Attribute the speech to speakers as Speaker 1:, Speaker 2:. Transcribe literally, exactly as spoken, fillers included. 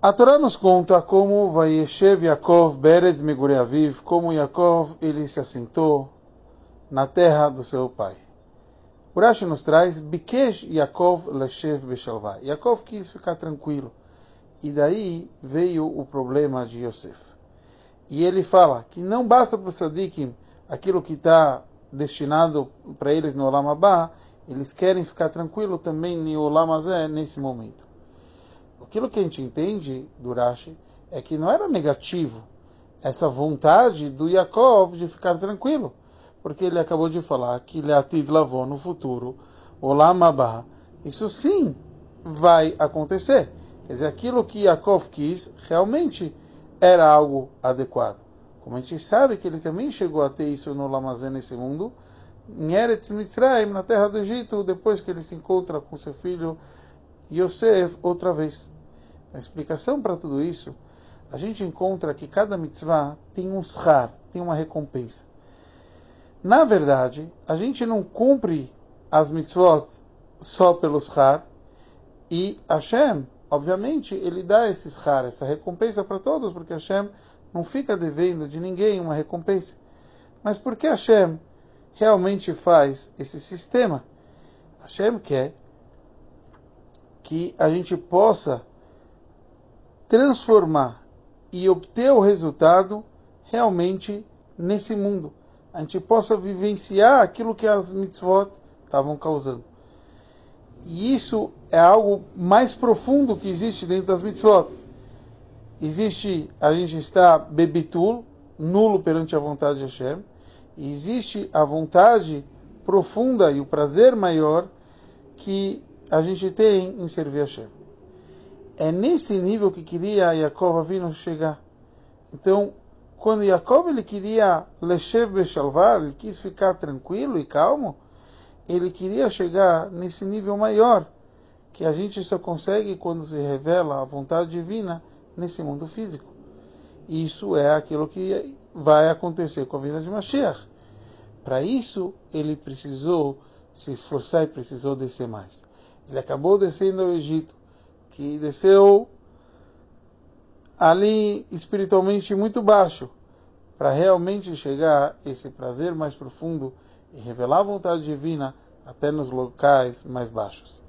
Speaker 1: A Torá nos conta como Vayeshev Yaakov Beretz Megurei Aviv, como Yaakov ele se assentou na terra do seu pai. O Rashi nos traz Bikesh Yaakov Leshev Beshalvah. Yaakov quis ficar tranquilo. E daí veio o problema de Yosef. E ele fala que não basta para os Sadikim aquilo que está destinado para eles no Olam Abba, eles querem ficar tranquilo também no Olam Hazé nesse momento. Aquilo que a gente entende do Rashi é que não era negativo essa vontade do Yaakov de ficar tranquilo, porque ele acabou de falar que ele atid lavou no futuro, Olam Abba, isso sim vai acontecer. Quer dizer, aquilo que Yaakov quis realmente era algo adequado. Como a gente sabe que ele também chegou a ter isso no Olam Hazé nesse mundo, em Eretz Mitzrayim, na terra do Egito, depois que ele se encontra com seu filho Yosef outra vez. A explicação para tudo isso, a gente encontra que cada mitzvah tem um schar, tem uma recompensa. Na verdade, a gente não cumpre as mitzvot só pelo schar, e Hashem, obviamente, ele dá esse schar, essa recompensa para todos, porque Hashem não fica devendo de ninguém uma recompensa. Mas por que Hashem realmente faz esse sistema? Hashem quer que a gente possa transformar e obter o resultado realmente nesse mundo. A gente possa vivenciar aquilo que as mitzvot estavam causando. E isso é algo mais profundo que existe dentro das mitzvot. Existe, a gente está bebitul, nulo perante a vontade de Hashem. E existe a vontade profunda e o prazer maior que a gente tem em servir a Hashem. É nesse nível que queria Yaakov Avinu chegar. Então, quando Yaakov ele queria Leshev Beshalvah, ele quis ficar tranquilo e calmo, ele queria chegar nesse nível maior, que a gente só consegue quando se revela a vontade divina nesse mundo físico. E isso é aquilo que vai acontecer com a vida de Mashiach. Para isso, ele precisou se esforçar e precisou descer mais. Ele acabou descendo ao Egito, que desceu ali espiritualmente muito baixo, para realmente chegar a esse prazer mais profundo e revelar a vontade divina até nos locais mais baixos.